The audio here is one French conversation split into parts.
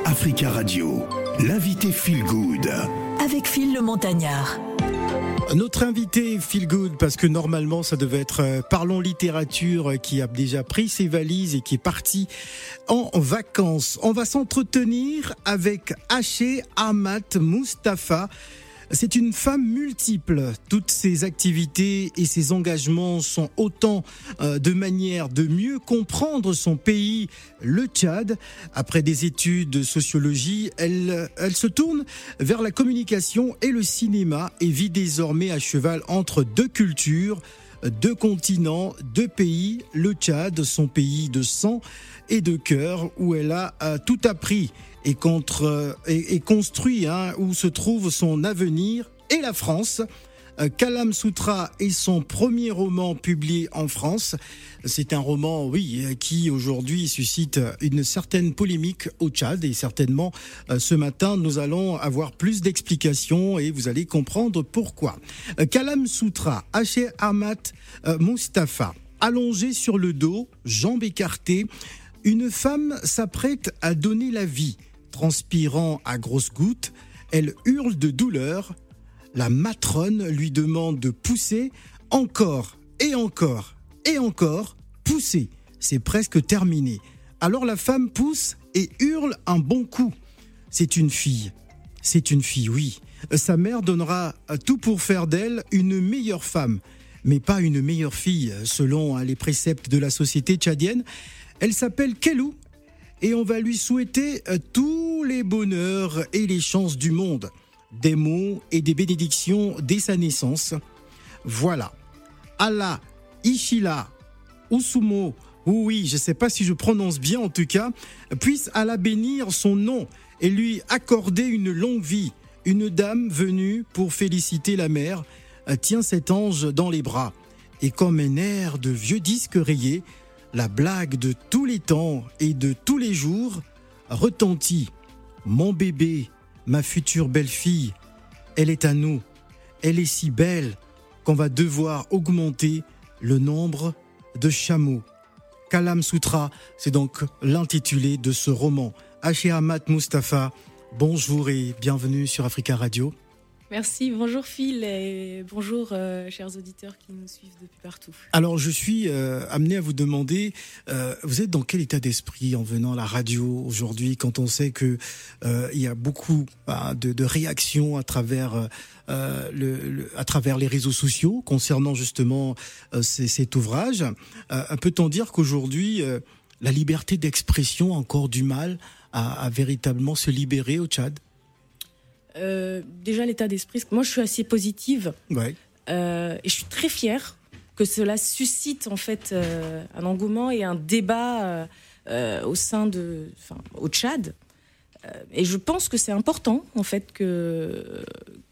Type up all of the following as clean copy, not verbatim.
Africa Radio, l'invité Feel Good. Avec Phil le Montagnard. Notre invité Feel Good, parce que normalement ça devait être Parlons Littérature qui a déjà pris ses valises et qui est parti en vacances. On va s'entretenir avec Haché Ahmad Moustapha. C'est une femme multiple. Toutes ses activités et ses engagements sont autant de manières de mieux comprendre son pays, le Tchad. Après des études de sociologie, elle se tourne vers la communication et le cinéma et vit désormais à cheval entre deux cultures, deux continents, deux pays. Le Tchad, son pays de sang et de cœur, où elle a tout appris et construit, où se trouve son avenir, et la France. Kalam Sutra est son premier roman publié en France. C'est un roman, qui aujourd'hui suscite une certaine polémique au Tchad, et certainement ce matin nous allons avoir plus d'explications et vous allez comprendre pourquoi. Kalam Sutra, Haché Ahmad Moustapha, allongé sur le dos, jambes écartées, une femme s'apprête à donner la vie. Transpirant à grosses gouttes, elle hurle de douleur. La matrone lui demande de pousser encore et encore et encore. Pousser, c'est presque terminé. Alors la femme pousse et hurle un bon coup. C'est une fille, oui. Sa mère donnera tout pour faire d'elle une meilleure femme, mais pas une meilleure fille, selon les préceptes de la société tchadienne. Elle s'appelle Kelou. Et on va lui souhaiter tous les bonheurs et les chances du monde. Des mots et des bénédictions dès sa naissance. Voilà. Allah, Ishila, Usumo, oui, je ne sais pas si je prononce bien en tout cas, puisse Allah bénir son nom et lui accorder une longue vie. Une dame venue pour féliciter la mère tient cet ange dans les bras. Et comme un air de vieux disque rayé, la blague de tous les temps et de tous les jours retentit. Mon bébé, ma future belle-fille, elle est à nous. Elle est si belle qu'on va devoir augmenter le nombre de chameaux. Kalam Sutra, c'est donc l'intitulé de ce roman. Haché Ahmad Moustapha, bonjour et bienvenue sur Africa Radio. Merci, bonjour Phil et bonjour chers auditeurs qui nous suivent depuis partout. Alors je suis amené à vous demander, vous êtes dans quel état d'esprit en venant à la radio aujourd'hui quand on sait que il y a beaucoup de réactions à travers les réseaux sociaux concernant justement cet ouvrage. Peut-on dire qu'aujourd'hui la liberté d'expression a encore du mal à véritablement se libérer au Tchad ? Déjà l'état d'esprit, moi je suis assez positive, ouais. Et je suis très fière que cela suscite en fait un engouement et un débat au Tchad, et je pense que c'est important en fait que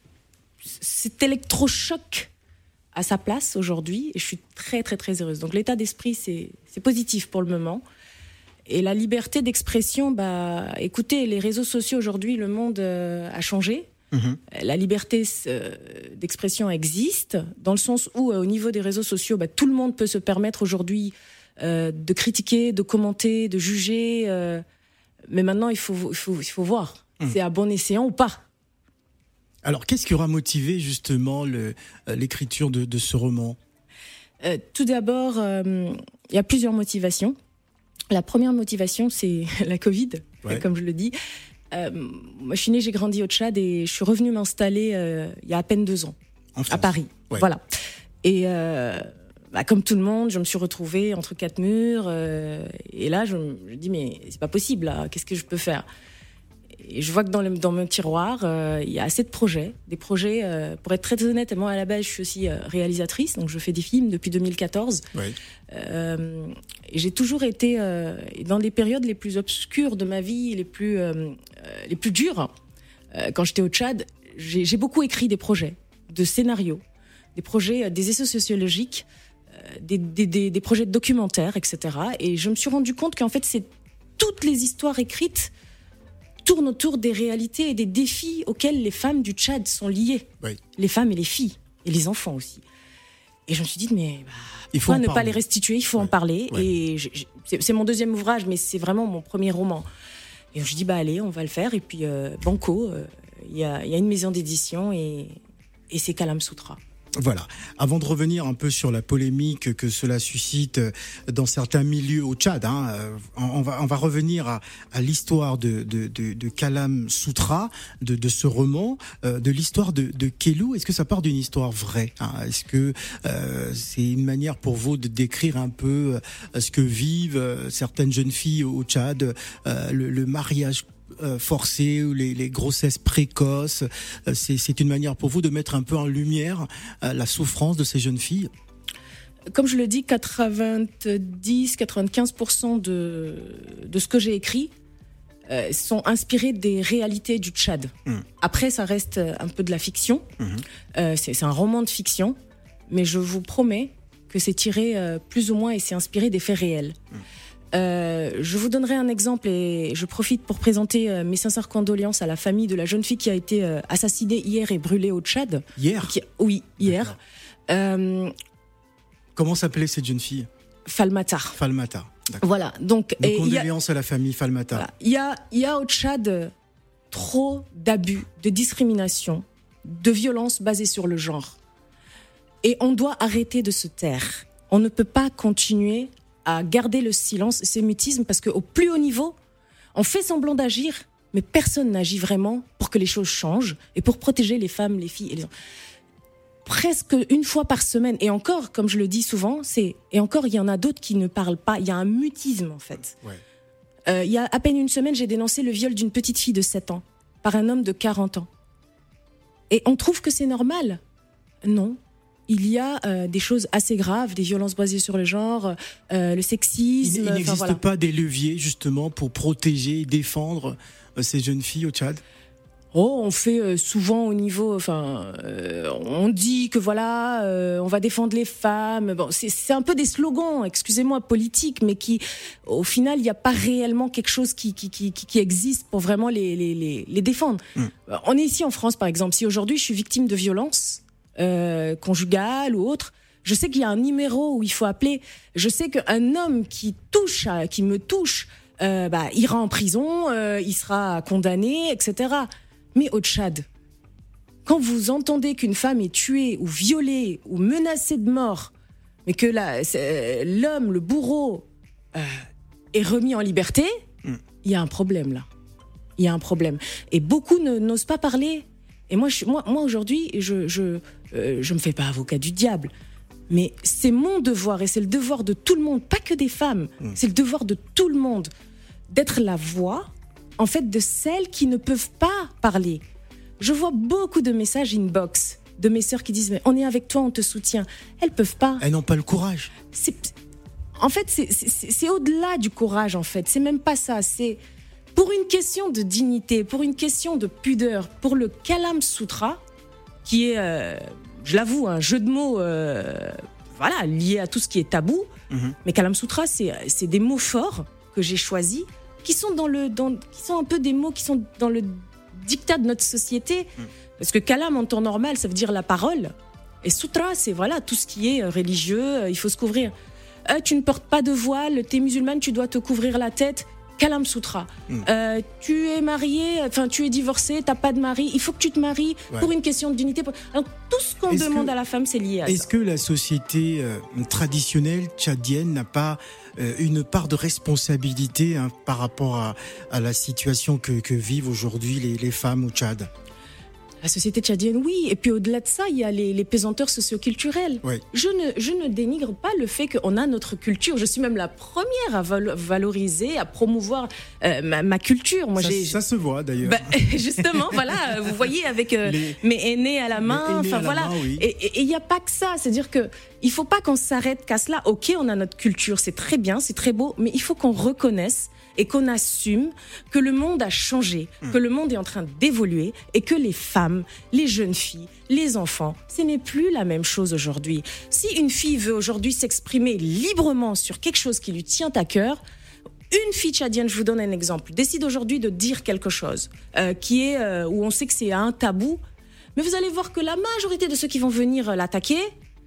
cet électrochoc a sa place aujourd'hui, et je suis très très très heureuse. Donc l'état d'esprit c'est positif pour le moment. Et la liberté d'expression, écoutez, les réseaux sociaux aujourd'hui, le monde a changé. Mmh. La liberté d'expression existe, dans le sens où, au niveau des réseaux sociaux, tout le monde peut se permettre aujourd'hui de critiquer, de commenter, de juger. Mais maintenant, il faut voir. Mmh. C'est à bon escient ou pas. Alors, qu'est-ce qui aura motivé justement l'écriture de ce roman ? Tout d'abord, il y a plusieurs motivations. La première motivation, c'est la Covid, comme je le dis. Moi, je suis née, j'ai grandi au Tchad et je suis revenue m'installer il y a à peine 2 ans, à Paris. Ouais. Voilà. Et comme tout le monde, je me suis retrouvée entre 4 murs. Et là, je me dis, mais c'est pas possible, là. Qu'est-ce que je peux faire ? Et je vois que dans mon tiroir, il y a assez de projets. Des projets, pour être très honnête, moi à la base je suis aussi réalisatrice, donc je fais des films depuis 2014. Oui. Et j'ai toujours été dans les périodes les plus obscures de ma vie, les plus dures. Quand j'étais au Tchad, j'ai beaucoup écrit des projets, de scénarios, des projets, des essais sociologiques, des projets de documentaires, etc. Et je me suis rendu compte qu'en fait, c'est toutes les histoires écrites tourne autour des réalités et des défis auxquels les femmes du Tchad sont liées. Oui. Les femmes et les filles, et les enfants aussi. Et je me suis dit, mais pourquoi ne pas les restituer ? Il faut en parler. Ouais. Et c'est mon deuxième ouvrage, mais c'est vraiment mon premier roman. Et je dis, allez, on va le faire. Et puis, banco, il y a une maison d'édition et c'est Kalam Sutra. Voilà. Avant de revenir un peu sur la polémique que cela suscite dans certains milieux au Tchad, on va revenir à l'histoire de Kalam Sutra, de ce roman, de l'histoire de Kelou. Est-ce que ça part d'une histoire vraie, Est-ce que c'est une manière pour vous de décrire un peu ce que vivent certaines jeunes filles au Tchad, le mariage forcées ou les grossesses précoces, c'est une manière pour vous de mettre un peu en lumière la souffrance de ces jeunes filles? Comme je le dis, 90-95% de ce que j'ai écrit sont inspirés des réalités du Tchad. Après, ça reste un peu de la fiction. C'est un roman de fiction, mais je vous promets que c'est tiré plus ou moins et c'est inspiré des faits réels. Je vous donnerai un exemple et je profite pour présenter mes sincères condoléances à la famille de la jeune fille qui a été assassinée hier et brûlée au Tchad. Hier ? Oui, hier. Comment s'appelait cette jeune fille ? Falmata. Falmata. D'accord. Voilà. Donc, nos condoléances à la famille Falmata. Voilà. Il y a au Tchad trop d'abus, de discrimination, de violence basée sur le genre. Et on doit arrêter de se taire. On ne peut pas continuer à garder le silence, ce mutisme, parce qu'au plus haut niveau, on fait semblant d'agir, mais personne n'agit vraiment pour que les choses changent et pour protéger les femmes, les filles et les enfants. Presque une fois par semaine, et encore, comme je le dis souvent, et encore, il y en a d'autres qui ne parlent pas. Il y a un mutisme, en fait. Ouais. Il y a à peine une semaine, j'ai dénoncé le viol d'une petite fille de 7 ans par un homme de 40 ans. Et on trouve que c'est normal. Non. Il y a des choses assez graves, des violences basées sur le genre, le sexisme. Il n'existe pas des leviers, justement, pour protéger et défendre ces jeunes filles au Tchad ? On fait souvent au niveau... on dit que on va défendre les femmes. Bon, c'est un peu des slogans, excusez-moi, politiques, mais qui, au final, il n'y a pas réellement quelque chose qui existe pour vraiment les défendre. On est ici en France, par exemple. Si aujourd'hui, je suis victime de violences... conjugale ou autre, je sais qu'il y a un numéro où il faut appeler. Je sais qu'un homme qui me touche, ira en prison, il sera condamné, etc. Mais au Tchad, quand vous entendez qu'une femme est tuée ou violée ou menacée de mort, mais que l'homme, le bourreau, est remis en liberté, il y a un problème là. Il y a un problème. Et beaucoup n'osent pas parler. Et moi aujourd'hui, je me fais pas avocat du diable, mais c'est mon devoir et c'est le devoir de tout le monde, pas que des femmes. C'est le devoir de tout le monde d'être la voix, en fait, de celles qui ne peuvent pas parler. Je vois beaucoup de messages inbox de mes sœurs qui disent mais on est avec toi, on te soutient. Elles peuvent pas. Elles n'ont pas le courage. En fait, c'est au-delà du courage. En fait, c'est même pas ça. C'est pour une question de dignité, pour une question de pudeur, pour le Kalam Sutra, qui est, je l'avoue, un jeu de mots lié à tout ce qui est tabou. Mais Kalam Sutra, c'est des mots forts que j'ai choisis, qui sont qui sont un peu des mots qui sont dans le diktat de notre société. Parce que Kalam, en temps normal, ça veut dire la parole. Et Sutra, c'est tout ce qui est religieux, il faut se couvrir. Tu ne portes pas de voile, t'es musulmane, tu dois te couvrir la tête. Kalam Sutra. Tu es marié, tu es divorcé, t'as pas de mari, il faut que tu te maries pour une question de dignité. Alors, tout ce qu'on demande à la femme, c'est lié à ça. Est-ce que la société traditionnelle tchadienne n'a pas une part de responsabilité par rapport à la situation que vivent aujourd'hui les femmes au Tchad ? La société tchadienne, oui. Et puis au-delà de ça, il y a les pesanteurs socioculturels. Oui. Je ne dénigre pas le fait qu'on a notre culture. Je suis même la première à valoriser, à promouvoir ma culture. Moi, ça se voit d'ailleurs. Justement, vous voyez avec mes aînés à la main. Oui. Et il n'y a pas que ça. C'est-à-dire que il faut pas qu'on s'arrête qu'à cela. Ok, on a notre culture, c'est très bien, c'est très beau, mais il faut qu'on reconnaisse et qu'on assume que le monde a changé, que le monde est en train d'évoluer et que les femmes, les jeunes filles, les enfants, ce n'est plus la même chose aujourd'hui. Si une fille veut aujourd'hui s'exprimer librement sur quelque chose qui lui tient à cœur, une fille tchadienne, je vous donne un exemple, décide aujourd'hui de dire quelque chose qui est où on sait que c'est un tabou, mais vous allez voir que la majorité de ceux qui vont venir l'attaquer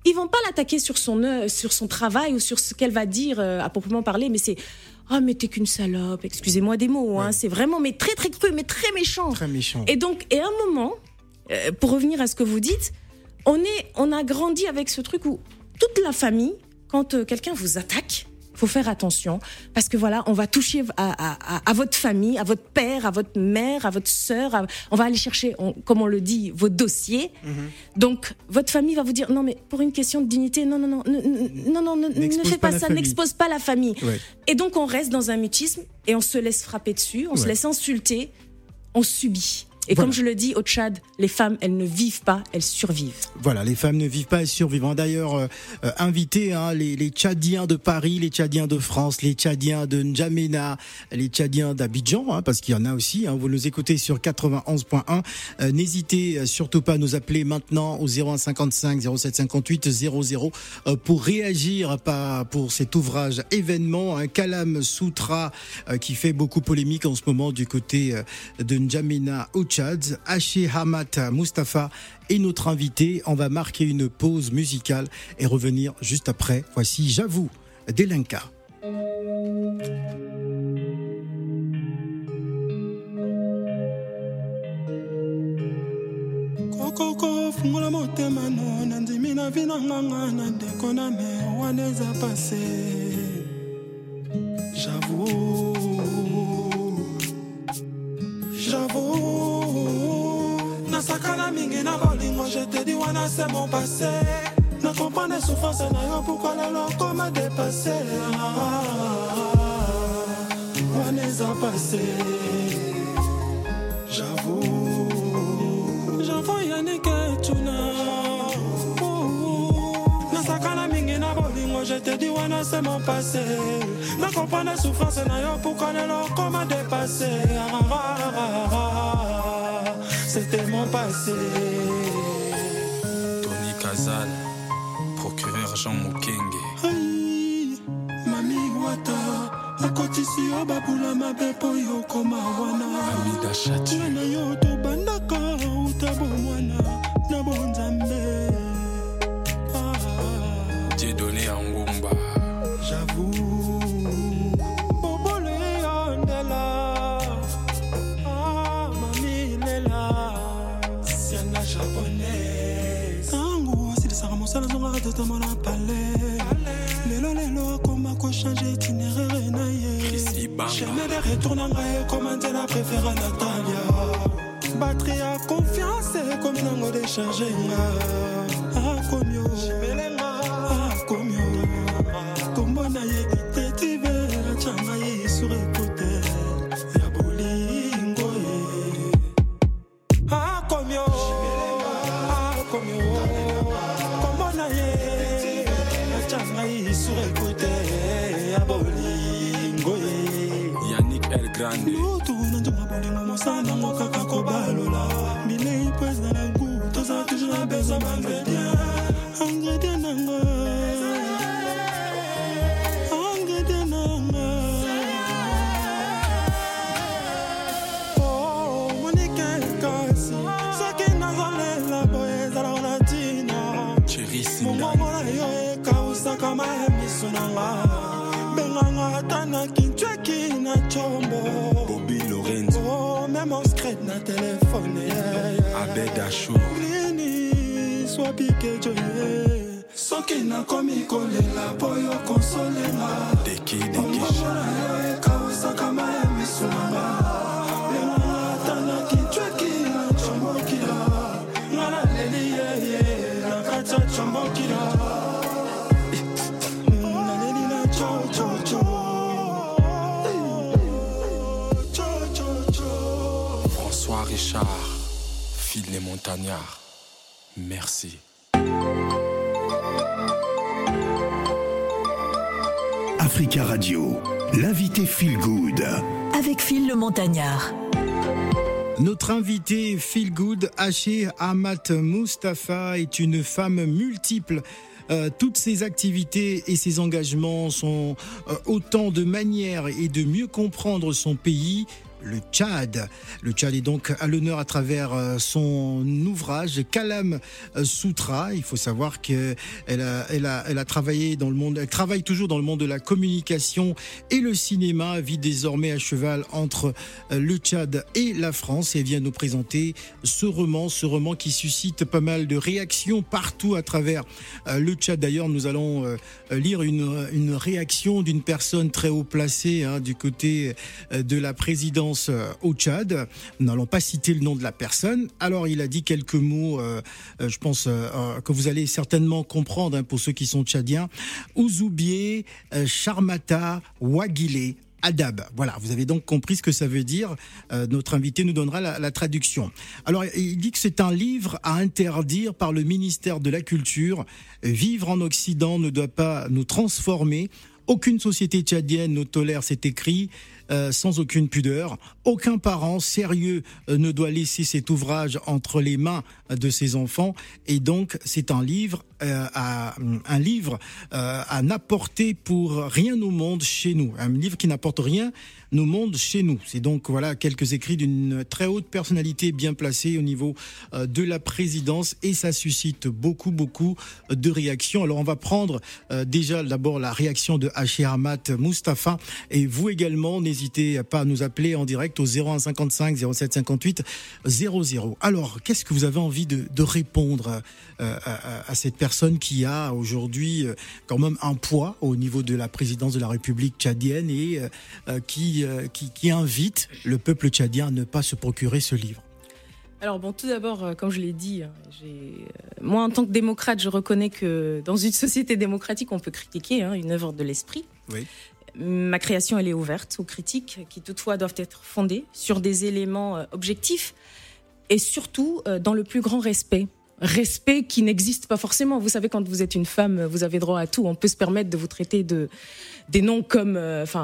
ils vont pas l'attaquer sur son travail ou sur ce qu'elle va dire à proprement parler, mais c'est mais t'es qu'une salope, excusez-moi des mots, hein, c'est vraiment mais très très cru, mais très méchant. Très méchant. Et donc, à un moment, pour revenir à ce que vous dites, on a grandi avec ce truc où toute la famille, quand quelqu'un vous attaque, faut faire attention parce que voilà, on va toucher à votre famille, à votre père, à votre mère, à votre sœur. On va aller chercher, comme on le dit, vos dossiers. Donc, votre famille va vous dire non, mais pour une question de dignité, non, ne fais pas ça, n'expose pas la famille. Ouais. Et donc, on reste dans un mutisme et on se laisse frapper dessus, on se laisse insulter, on subit. Et comme je le dis, au Tchad, les femmes, elles ne vivent pas, elles survivent. Voilà, les femmes ne vivent pas, elles survivent. D'ailleurs, invitez les Tchadiens de Paris, les Tchadiens de France, les Tchadiens de N'Djamena, les Tchadiens d'Abidjan, parce qu'il y en a aussi. Vous nous écoutez sur 91.1. N'hésitez surtout pas à nous appeler maintenant au 0155 0758 00 pour réagir pour cet ouvrage événement, un Kalam Sutra qui fait beaucoup polémique en ce moment du côté de N'Djamena au Tchad. Haché Hamad Mustafa est notre invité. On va marquer une pause musicale et revenir juste après. Voici J'avoue d'Elenka. Koko fungola motema no nandimi na vina nganga na dekona me waneza passé. J'avoue, nasakana mingi na bolingo, je te dis wana c'est mon passé. Ne comprends les souffrances na yo, pourquoi les locaux m'a dépassé. Waneza passé. J'avoue yannick et tuna. Nasakana mingi na bolingo, je te dis wana c'est mon passé. Ne comprends les souffrances na yo, pourquoi les locaux m'a dépassé. C'était mon passé. Tony Kazal, procureur Jean Mukenge. Aïe, Mami Wata, akotisi yo babula mabepo yo koma wana. Amida Chati. Wana yo to bandaka utabo mwana na bonzambe. J'ai donné à Ngumba. J'avoue, Bobole Andela. Mami Lela, Siana japonaise. Tango, si les saramosala sont ratés, t'as mon appelé. Lelo, comment quoi changer itinéraire naïe. Jamais les retours n'engaient, commenter la préférée Natalia. Batterie à confiance, comme une langue d'échanger. Ah, comme yo. Ah, comme yo. Comme on a été tivé, Tchangaï sur écouté. Yabolingo. Ah, comme yo. Ah, comme yo. Comme on a été Tchangaï sur écouté. Yabolingo. Yannick El Grande. Nous tournons dans ma bolingo, mon sang dans mon caca cobalola. Mille pèse dans la goutte, tout ça toujours un besoin d'ingrédients. Ingrédients nanga. Ingrédients nanga. Oh, Monique Kasi. Ce qui n'a jamais la boise à la latina. Chérie Sinda. Mon maman yo kausa kama emisonanga. Benganga tana kincheki na chombo. Bobby Lorenzo. Oh, même en secret na téléphone. Abed Achou. Lini soit piqué joye. Soki na komi kolela boyo consolenga. Deki. Mama yo kausa kama emisonanga. Benganga tana kincheki na chombo kila. Ngala leli ye na kacha chombo kila. François Richard, fils les montagnards. Merci. Africa Radio, l'invité Feel Good. Avec Phil le Montagnard. Notre invité Feel Good, Haché Hamad Mustafa, est une femme multiple. Toutes ses activités et ses engagements sont autant de manières et de mieux comprendre son pays. le Tchad. Le Tchad est donc à l'honneur à travers son ouvrage Kalam Sutra. Il faut savoir qu'elle a travaillé dans le monde, elle travaille toujours dans le monde de la communication et le cinéma, vit désormais à cheval entre le Tchad et la France, et elle vient nous présenter ce roman qui suscite pas mal de réactions partout à travers le Tchad. D'ailleurs, nous allons lire une réaction d'une personne très haut placée du côté de la présidence au Tchad. Nous n'allons pas citer le nom de la personne. Alors, il a dit quelques mots, je pense que vous allez certainement comprendre pour ceux qui sont tchadiens. Ouzoubié, Charmata, Wagilé, Adab. Voilà, vous avez donc compris ce que ça veut dire. Notre invité nous donnera la traduction. Alors, il dit que c'est un livre à interdire par le ministère de la Culture. Vivre en Occident ne doit pas nous transformer. Aucune société tchadienne ne tolère cet écrit sans aucune pudeur. Aucun parent sérieux ne doit laisser cet ouvrage entre les mains de ses enfants. Et donc, c'est un livre à n'apporter pour rien au monde chez nous. Un livre qui n'apporte rien au monde chez nous. C'est donc voilà quelques écrits d'une très haute personnalité bien placée au niveau de la présidence, et ça suscite beaucoup de réactions. Alors on va prendre déjà d'abord la réaction de Haché-Ahmad Moustapha, et vous également n'hésitez pas à nous appeler en direct au 01 55 07 58 00. Alors qu'est-ce que vous avez envie de répondre à cette personne qui a aujourd'hui quand même un poids au niveau de la présidence de la République tchadienne et qui invite le peuple tchadien à ne pas se procurer ce livre? Alors bon, tout d'abord, comme je l'ai dit, moi en tant que démocrate, je reconnais que dans une société démocratique, on peut critiquer une œuvre de l'esprit. Oui. Ma création, elle est ouverte aux critiques qui toutefois doivent être fondées sur des éléments objectifs et surtout dans le plus grand respect. Respect qui n'existe pas forcément. Vous savez, quand vous êtes une femme, vous avez droit à tout. On peut se permettre de vous traiter des noms comme,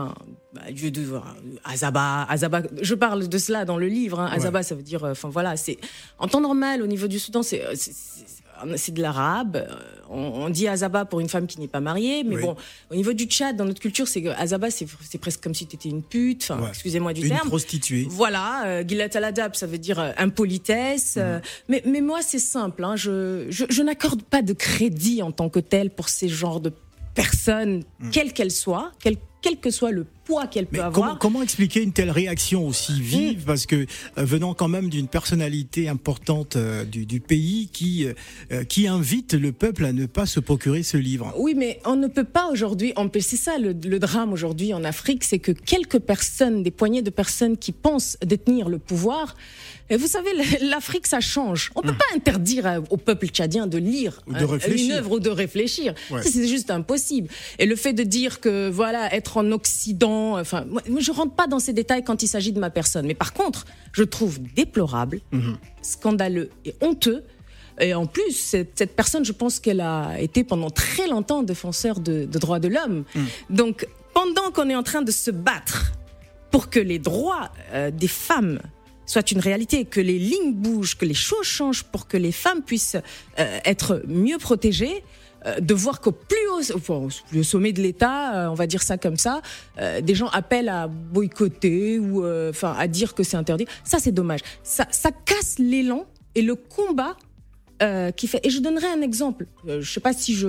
Azaba. Je parle de cela dans le livre. Azaba, ça veut dire, c'est en temps normal au niveau du Soudan, c'est de l'arabe. On dit Azaba pour une femme qui n'est pas mariée, mais bon, au niveau du Tchad, dans notre culture, Azaba, c'est presque comme si tu étais une pute. Excusez-moi du terme. Une prostituée. Voilà, Gilat al-Adab, ça veut dire impolitesse. Mais moi, c'est simple. Je n'accorde pas de crédit en tant que tel pour ces genres de personnes, quelles qu'elles soient, quel que soit le poids qu'elle peut avoir. Comment expliquer une telle réaction aussi vive, parce que venant quand même d'une personnalité importante du pays qui invite le peuple à ne pas se procurer ce livre. Oui, mais on ne peut pas aujourd'hui empêcher ça. Le drame aujourd'hui en Afrique, c'est que quelques personnes, des poignées de personnes qui pensent détenir le pouvoir. Et vous savez, l'Afrique, ça change. On ne peut pas interdire au peuple tchadien de lire une œuvre ou de réfléchir. Ouais. Ça, c'est juste impossible. Et le fait de dire que, voilà, être en Occident, moi, je rentre pas dans ces détails quand il s'agit de ma personne. Mais par contre, je trouve déplorable, scandaleux et honteux. Et en plus, cette personne, je pense qu'elle a été pendant très longtemps défenseur de droits de l'homme. Donc, pendant qu'on est en train de se battre pour que les droits des femmes soit une réalité, que les lignes bougent, que les choses changent pour que les femmes puissent être mieux protégées, de voir qu'au plus haut sommet de l'État, on va dire ça comme ça, des gens appellent à boycotter ou à dire que c'est interdit. Ça, c'est dommage. Ça casse l'élan et le combat qui fait. Et je donnerai un exemple. Je sais pas si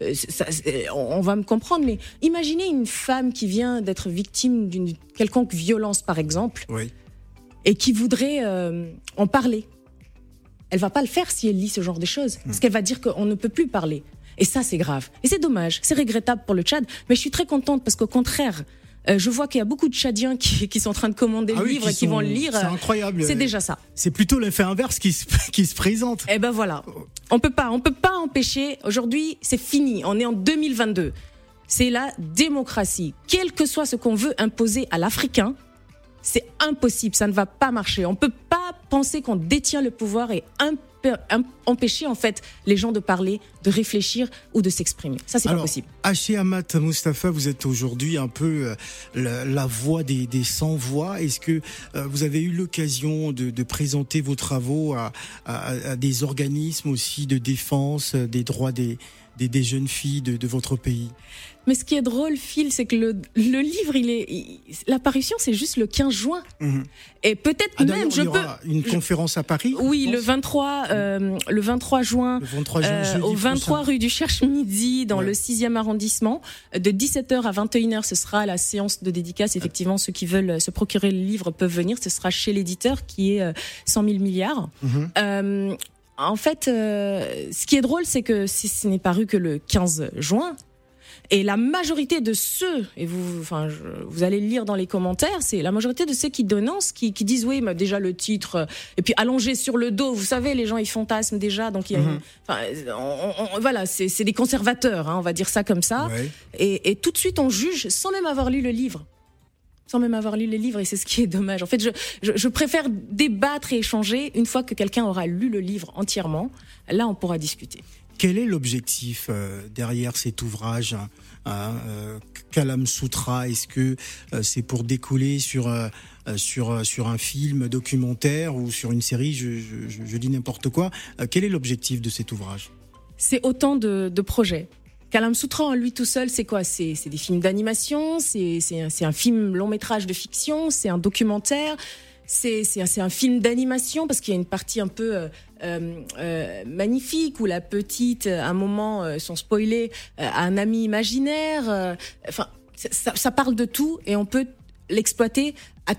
on va me comprendre, mais imaginez une femme qui vient d'être victime d'une quelconque violence, par exemple. Oui. Et qui voudrait en parler. Elle va pas le faire si elle lit ce genre de choses, parce qu'elle va dire qu'on ne peut plus parler. Et ça, c'est grave. Et c'est dommage, c'est regrettable pour le Tchad, mais je suis très contente parce qu'au contraire, je vois qu'il y a beaucoup de Tchadiens qui sont en train de commander le livre et qui vont le lire. C'est incroyable. C'est déjà ça. C'est plutôt l'effet inverse qui se présente. Eh ben voilà. On peut pas empêcher. Aujourd'hui, c'est fini. On est en 2022. C'est la démocratie. Quel que soit ce qu'on veut imposer à l'Africain, c'est impossible, ça ne va pas marcher. On ne peut pas penser qu'on détient le pouvoir et empêcher en fait les gens de parler, de réfléchir ou de s'exprimer. Ça, c'est pas possible. Haché-Ahmad Moustapha, vous êtes aujourd'hui un peu la voix des sans-voix. Est-ce que vous avez eu l'occasion de présenter vos travaux à des organismes aussi de défense des droits des des jeunes filles de votre pays. Mais ce qui est drôle, Phil, c'est que le livre, l'apparition, c'est juste le 15 juin. Mmh. Et peut-être même, il y aura une conférence à Paris. Oui, le 23 juin, au 23 rue du Cherche-Midi, dans le 6e arrondissement. De 17h à 21h, ce sera la séance de dédicace. Effectivement, ceux qui veulent se procurer le livre peuvent venir. Ce sera chez l'éditeur qui est 100 000 milliards. Mmh. En fait, ce qui est drôle, c'est que ce n'est paru que le 15 juin. Et la majorité de ceux, et vous allez le lire dans les commentaires, c'est la majorité de ceux qui dénoncent, qui disent oui, mais déjà le titre, et puis allongé sur le dos, vous savez, les gens ils fantasment déjà, donc il y a voilà, c'est des conservateurs, on va dire ça comme ça, ouais. Et tout de suite on juge sans même avoir lu le livre. Et c'est ce qui est dommage. En fait, je préfère débattre et échanger une fois que quelqu'un aura lu le livre entièrement. Là, on pourra discuter. Quel est l'objectif derrière cet ouvrage, Kalam Sutra? Est-ce que c'est pour découler sur un film documentaire ou sur une série? Je dis n'importe quoi. Quel est l'objectif de cet ouvrage? C'est autant de projets. Kalam Sutra en lui tout seul, c'est quoi? C'est des films d'animation, c'est un film long métrage de fiction, c'est un documentaire, c'est un film d'animation parce qu'il y a une partie un peu magnifique où la petite, à un moment, sans spoiler, a un ami imaginaire. Ça parle de tout et on peut l'exploiter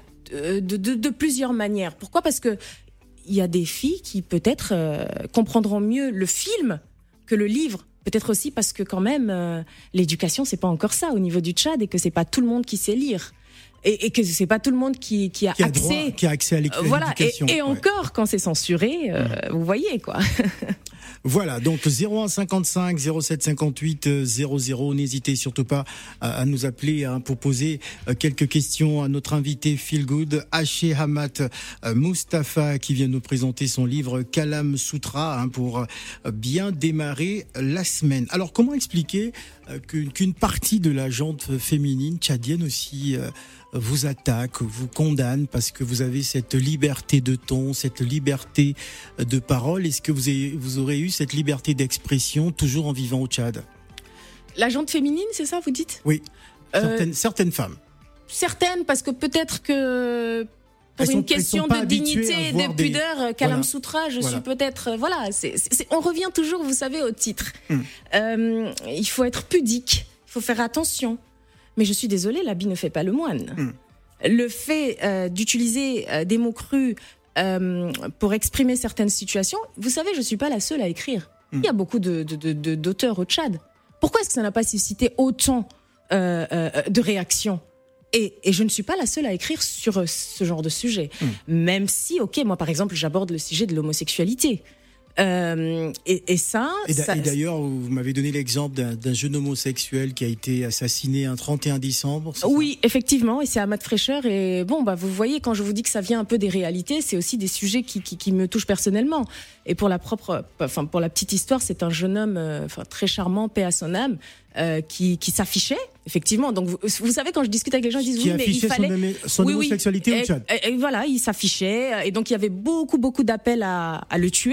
de plusieurs manières. Pourquoi? Parce que il y a des filles qui peut-être comprendront mieux le film que le livre. Peut-être aussi parce que quand même, l'éducation, c'est pas encore ça au niveau du Tchad et que c'est pas tout le monde qui sait lire. Et que c'est pas tout le monde qui a accès à l'éducation. Et encore, quand c'est censuré, vous voyez, quoi. Voilà, donc 01 55 07 58 00. N'hésitez surtout pas à nous appeler pour poser quelques questions à notre invité Feel Good, Haché Hamad Mustafa, qui vient nous présenter son livre Kalam Sutra pour bien démarrer la semaine. Alors, comment expliquer qu'une partie de la gente féminine tchadienne aussi vous attaque, vous condamne parce que vous avez cette liberté de ton, cette liberté de parole? Est-ce que vous aurez eu cette liberté d'expression toujours en vivant au Tchad? La gente féminine, c'est ça, vous dites? Oui, certaines femmes. Certaines, parce que peut-être que pour une question de dignité et de pudeur, Kalam Sutra, je suis peut-être... on revient toujours, vous savez, au titre. Il faut être pudique, il faut faire attention. Mais je suis désolée, l'habit ne fait pas le moine. Le fait d'utiliser des mots crus pour exprimer certaines situations, vous savez, je ne suis pas la seule à écrire. Il y a beaucoup d'auteurs au Tchad. Pourquoi est-ce que ça n'a pas suscité autant de réactions ? Et je ne suis pas la seule à écrire sur ce genre de sujet. Même si, moi par exemple, j'aborde le sujet de l'homosexualité. Et d'ailleurs, vous m'avez donné l'exemple d'un jeune homosexuel qui a été assassiné un 31 décembre. Oui, effectivement, et c'est Ahmad Fraîcheur. Et vous voyez, quand je vous dis que ça vient un peu des réalités, c'est aussi des sujets qui me touchent personnellement. Et pour la petite histoire, c'est un jeune homme très charmant, paix à son âme, qui s'affichait, effectivement. Donc vous savez, quand je discute avec les gens, ils disent mais il fallait son homosexualité au Tchad. Et voilà, il s'affichait. Et donc il y avait beaucoup d'appels à le tuer.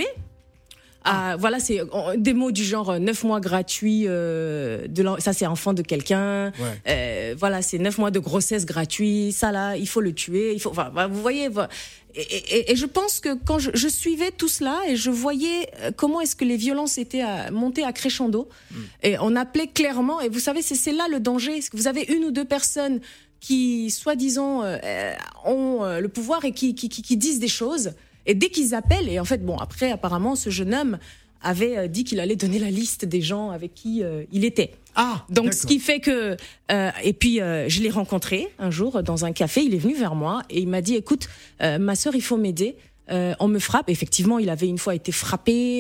C'est des mots du genre 9 mois gratuits, ça c'est enfant de quelqu'un, c'est 9 mois de grossesse gratuit, ça là, il faut le tuer, vous voyez, et je pense que quand je suivais tout cela et je voyais comment est-ce que les violences étaient montées à crescendo, et on appelait clairement, et vous savez, c'est là le danger, est-ce que vous avez une ou deux personnes qui, soi-disant, ont le pouvoir et qui disent des choses. Et dès qu'ils appellent, et en fait, après, apparemment, ce jeune homme avait dit qu'il allait donner la liste des gens avec qui il était. Donc, d'accord. Ce qui fait que... je l'ai rencontré un jour dans un café, il est venu vers moi et il m'a dit, écoute, ma sœur, il faut m'aider, on me frappe. Effectivement, il avait une fois été frappé.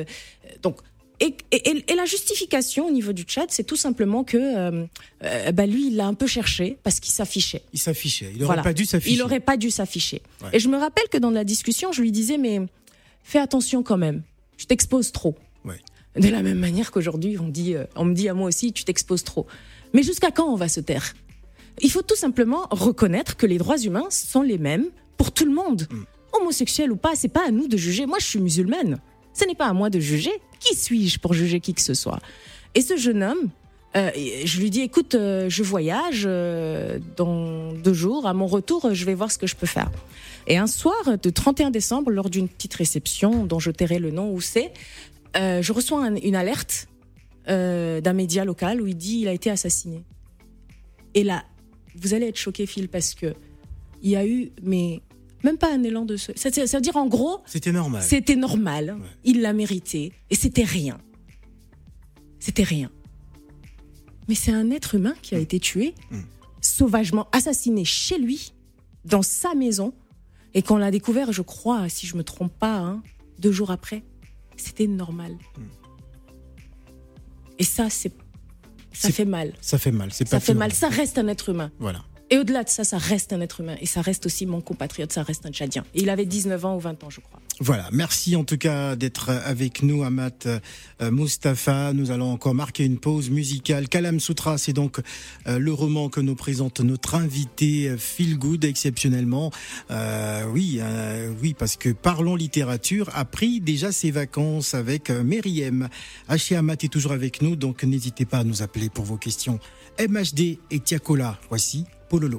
Et la justification au niveau du Tchad, c'est tout simplement que lui, il l'a un peu cherché parce qu'il s'affichait. Il n'aurait pas dû s'afficher. Il n'aurait pas dû s'afficher. Ouais. Et je me rappelle que dans la discussion, je lui disais, mais fais attention quand même, tu t'exposes trop. Ouais. De la même manière qu'aujourd'hui, on me dit à moi aussi, tu t'exposes trop. Mais jusqu'à quand on va se taire ? Il faut tout simplement reconnaître que les droits humains sont les mêmes pour tout le monde. Homosexuel ou pas, c'est pas à nous de juger. Moi, je suis musulmane. Ce n'est pas à moi de juger qui suis-je pour juger qui que ce soit? Et ce jeune homme, je lui dis, écoute, je voyage dans 2 jours. À mon retour, je vais voir ce que je peux faire. Et un soir de 31 décembre, lors d'une petite réception dont je tairai le nom où c'est, je reçois une alerte d'un média local où il dit il a été assassiné. Et là, vous allez être choqués, Phil, parce que il y a eu, mais même pas un élan de ça veut dire en gros, c'était normal. C'était normal. Ouais. Il l'a mérité et c'était rien. Mais c'est un être humain qui a été tué, sauvagement assassiné chez lui, dans sa maison, et qu'on l'a découvert, je crois, si je me trompe pas, 2 jours après. C'était normal. Et ça fait mal. Ça fait mal. Ça fait mal. Ça reste un être humain. Voilà. Et au-delà de ça, ça reste un être humain. Et ça reste aussi mon compatriote, ça reste un Tchadien. Et il avait 19 ans ou 20 ans, je crois. Voilà, merci en tout cas d'être avec nous, Amath Mustapha. Nous allons encore marquer une pause musicale. Kalam Sutra, c'est donc le roman que nous présente notre invité Feel Good exceptionnellement. Oui, parce que Parlons Littérature a pris déjà ses vacances avec Meriem. Haché Amath est toujours avec nous, donc n'hésitez pas à nous appeler pour vos questions. MHD et Tiakola, voici Pololo.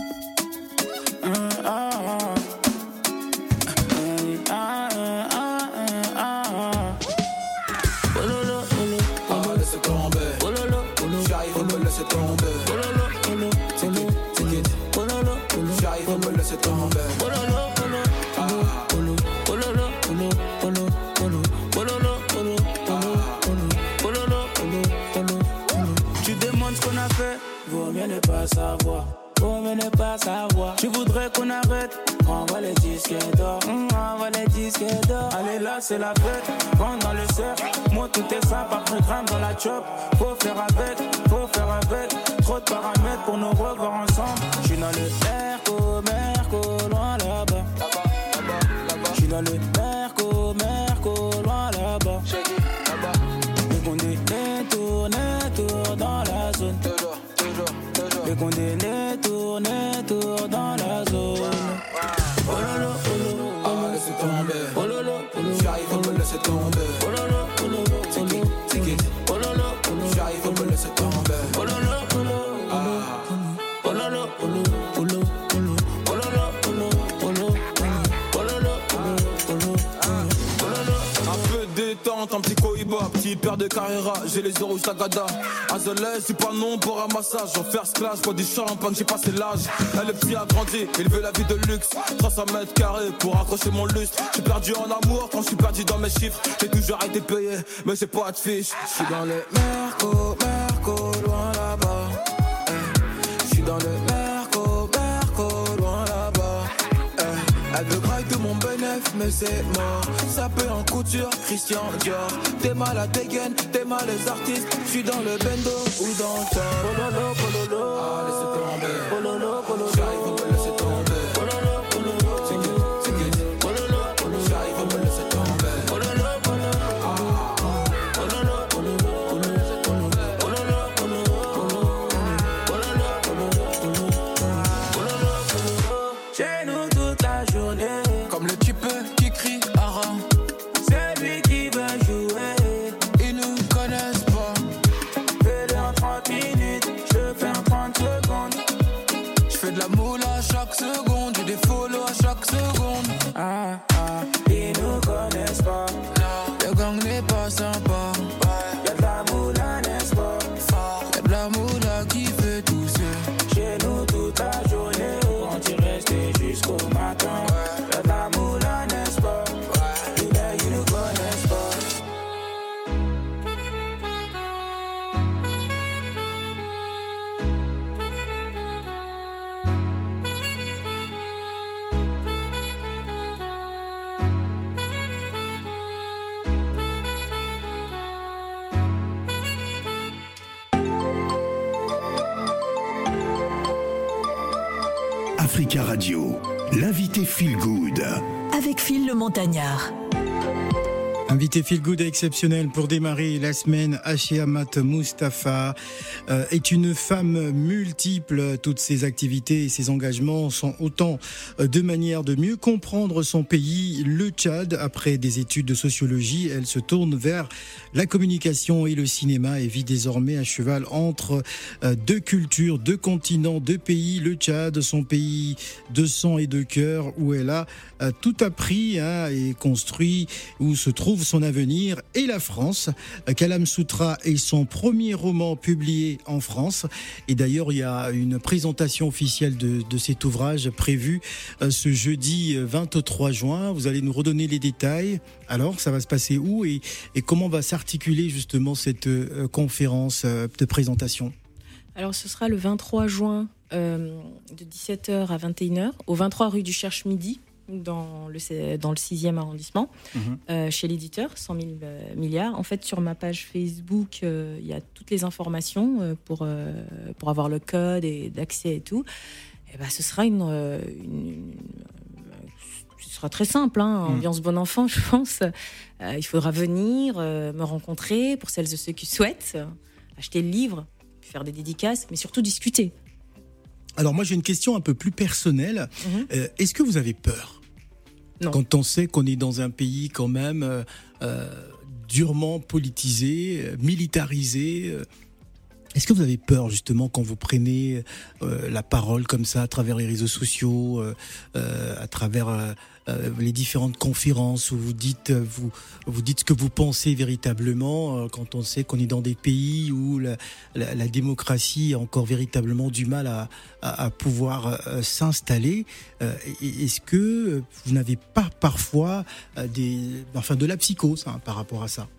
Tu demandes ce qu'on a fait, vaut mieux ne pas savoir. Vaut mieux ne pas savoir. Tu voudrais qu'on arrête, envoie les disques d'or. Envoie les disques d'or. Allez là c'est la fête, rentre dans le cercle. Moi tout est simple, après grammes dans la chop. Faut faire avec. Trop de paramètres pour nous revoir ensemble. J'suis dans le Merco, loin là-bas. J'suis dans le Merco, loin là-bas. Les condés tournent dans la zone. Les condés tournent dans la zone. Oh lolo, laissez tomber. Oh lolo, j'arrive, on me laisse tomber. Oh lolo, c'est qui? Oh lolo, j'arrive, on me laisse tomber. Oh lolo, un petit Koiba, petit père de Carrera, j'ai les euros Tagada. Azelais, c'est pas non pour un massage. En first class, quoi du champagne, j'ai passé l'âge. Elle est petit a grandi, il veut la vie de luxe. 300 mètres carrés pour accrocher mon lustre. J'suis perdu en amour quand j'suis perdu dans mes chiffres. J'ai toujours été payé, mais c'est pas de fiche. J'suis dans le Merco, loin là-bas. J'suis dans le Merco, loin là-bas. Elle veut graille de mon bénéf, mais c'est mort. Ça peut en couture, Christian Dior. T'es mal à dégaine, t'es mal les artistes. J'suis dans le bendo ou dans le temps. Pololo, laissez tomber. Pololo, j'arrive, on me laisser tomber. Pololo, c'est qui? Pololo, j'arrive, on me laisser tomber. Pololo, chez nous toute la journée. Comme le type qui crie haram. C'est lui qui veut jouer. Ils nous connaissent pas. Fais-le en 30 minutes, je fais en 30 secondes. Je fais de la moule à chaque seconde, j'ai des follow à chaque seconde. Ils nous connaissent pas. Le gang n'est pas sympa. Y'a de la moula, n'est-ce pas? Y'a de la moula qui fait tousser. Chez nous toute la journée, on t'y rester jusqu'au matin. Y'a de la moula, n'est-ce pas? Ils nous connaissent pas. Africa Radio, l'invité Feel Good. Avec Phil le Montagnard. Invité Feel Good exceptionnel pour démarrer la semaine, Acheamat Mustafa est une femme multiple. Toutes ses activités et ses engagements sont autant de manières de mieux comprendre son pays, le Tchad. Après des études de sociologie, elle se tourne vers la communication et le cinéma et vit désormais à cheval entre deux cultures, deux continents, deux pays. Le Tchad, son pays de sang et de cœur, où elle a tout appris et construit, où se trouve son avenir, et la France. Kalam Sutra est son premier roman publié en France, et d'ailleurs il y a une présentation officielle de cet ouvrage prévue ce jeudi 23 juin. Vous allez nous redonner les détails. Alors ça va se passer où et comment va s'articuler justement cette conférence de présentation? Alors ce sera le 23 juin de 17h à 21h au 23 rue du Cherche-Midi, dans le 6e arrondissement, chez l'éditeur 100 000 milliards. En fait, sur ma page Facebook, il y a toutes les informations pour avoir le code d'accès et tout. Et ce sera ce sera très simple, ambiance bon enfant, je pense. Il faudra venir me rencontrer pour celles et ceux qui souhaitent, acheter le livre, faire des dédicaces, mais surtout discuter. Alors moi j'ai une question un peu plus personnelle. Est-ce que vous avez peur? Non. Quand on sait qu'on est dans un pays quand même durement politisé, militarisé, est-ce que vous avez peur justement quand vous prenez la parole comme ça à travers les réseaux sociaux, à travers les différentes conférences où vous dites ce que vous pensez véritablement, quand on sait qu'on est dans des pays où la démocratie a encore véritablement du mal à pouvoir s'installer. Est-ce que vous n'avez pas parfois de la psychose par rapport à ça?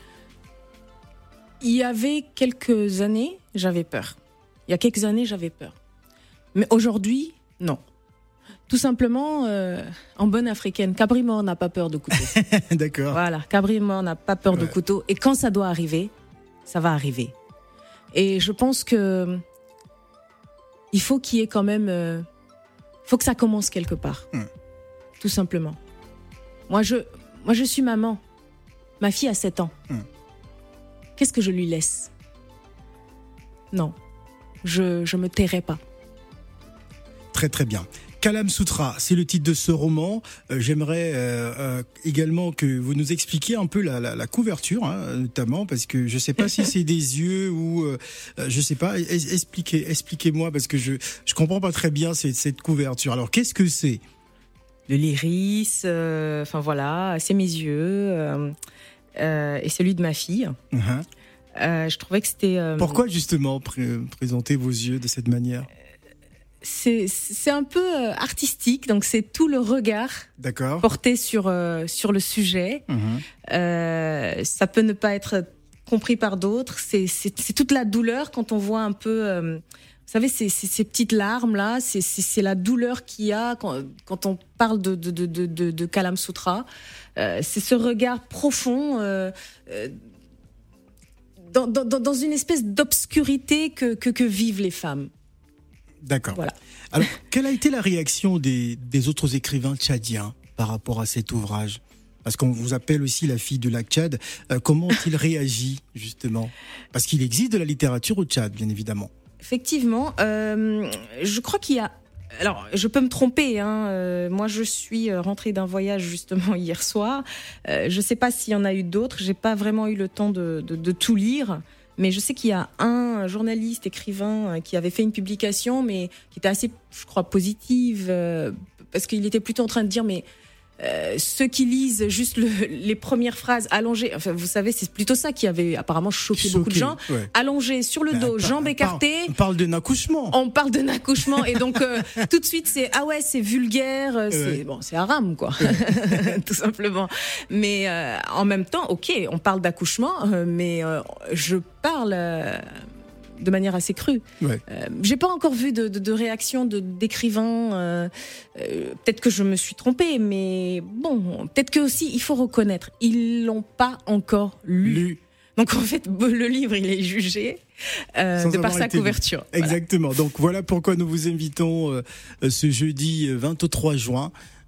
Il y avait quelques années, j'avais peur. Il y a quelques années, j'avais peur. Mais aujourd'hui, non. Tout simplement, en bonne africaine, Cabri mort n'a pas peur de couteau. D'accord. Voilà, Cabri mort n'a pas peur de couteau. Et quand ça doit arriver, ça va arriver. Et je pense que il faut qu'il y ait quand même... faut que ça commence quelque part. Tout simplement. Moi, je suis maman. Ma fille a 7 ans. Qu'est-ce que je lui laisse? Non, je me tairai pas. Très très bien. Kalam Sutra, c'est le titre de ce roman. J'aimerais également que vous nous expliquiez un peu la couverture, notamment, parce que je ne sais pas si c'est des yeux ou... je ne sais pas, expliquez-moi, parce que je ne comprends pas très bien cette couverture. Alors, qu'est-ce que c'est? Le l'iris, voilà, c'est mes yeux... et celui de ma fille. Je trouvais que c'était... Pourquoi justement présenter vos yeux de cette manière? C'est un peu artistique, donc c'est tout le regard porté sur le sujet. Ça peut ne pas être compris par d'autres. C'est toute la douleur quand on voit un peu... vous savez, ces petites larmes-là, c'est la douleur qu'il y a quand on parle de Kalam Sutra. C'est ce regard profond dans une espèce d'obscurité que vivent les femmes. D'accord. Voilà. Alors, quelle a été la réaction des autres écrivains tchadiens par rapport à cet ouvrage? Parce qu'on vous appelle aussi la fille de la Tchad. Comment ont-ils réagi, justement? Parce qu'il existe de la littérature au Tchad, bien évidemment. Effectivement. Je crois qu'il y a... Alors, je peux me tromper. Moi, je suis rentrée d'un voyage, justement, hier soir. Je ne sais pas s'il y en a eu d'autres. Je n'ai pas vraiment eu le temps de tout lire. Mais je sais qu'il y a un journaliste, écrivain, qui avait fait une publication, mais qui était assez, je crois, positive, parce qu'il était plutôt en train de dire, mais ceux qui lisent juste les premières phrases allongées, enfin, vous savez, c'est plutôt ça qui avait apparemment choqué beaucoup de gens, allongées sur le dos, jambes écartées. On parle d'un accouchement. On parle d'un accouchement, et donc tout de suite c'est vulgaire, c'est haram quoi, tout simplement. Mais en même temps, ok, on parle d'accouchement, mais je parle de manière assez crue. J'ai pas encore vu de réaction d'écrivains. Peut-être que je me suis trompée, mais bon, peut-être que aussi il faut reconnaître, ils l'ont pas encore lu. Donc en fait, le livre il est jugé de par sa couverture. Exactement. Voilà. Donc voilà pourquoi nous vous invitons ce jeudi 23 juin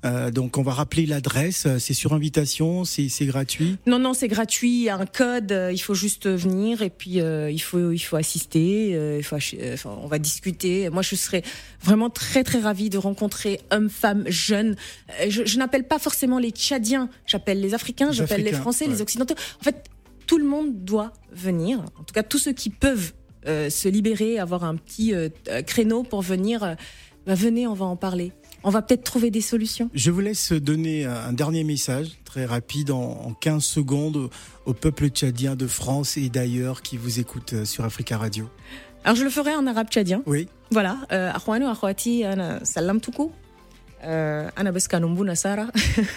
Donc on va rappeler l'adresse, c'est sur invitation, c'est gratuit. Non, c'est gratuit, il y a un code, il faut juste venir et puis il faut assister, on va discuter. Moi je serais vraiment très très ravie de rencontrer hommes, femmes, jeunes. Je n'appelle pas forcément les Tchadiens, j'appelle les Africains, j'appelle les Français, les Occidentaux. En fait, tout le monde doit venir, en tout cas tous ceux qui peuvent se libérer, avoir un petit créneau pour venir, venez, on va en parler. On va peut-être trouver des solutions. Je vous laisse donner un dernier message très rapide en 15 secondes au peuple tchadien de France et d'ailleurs qui vous écoute sur Africa Radio. Alors je le ferai en arabe tchadien. Oui. Voilà. Akhwani wa akhwati ana sallamtuku. Ana bas kanumbu nasara.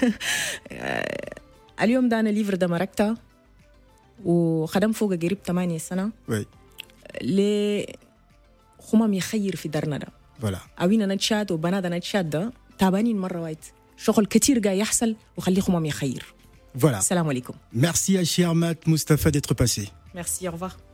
اليوم ده أنا ليفر ده مركتا وخدم فوق قريب 8 سنة. Oui. لخمام يخير في درنا ده. Voilà. أوينا نتشاد وبنادنا نتشاد ده تعبانين مرة وايد شغل كتير قاعد يحصل وخليكم ما يخير. Voilà. السلام عليكم. Merci à Chiarmat Moustapha d'être passé. Merci, au revoir.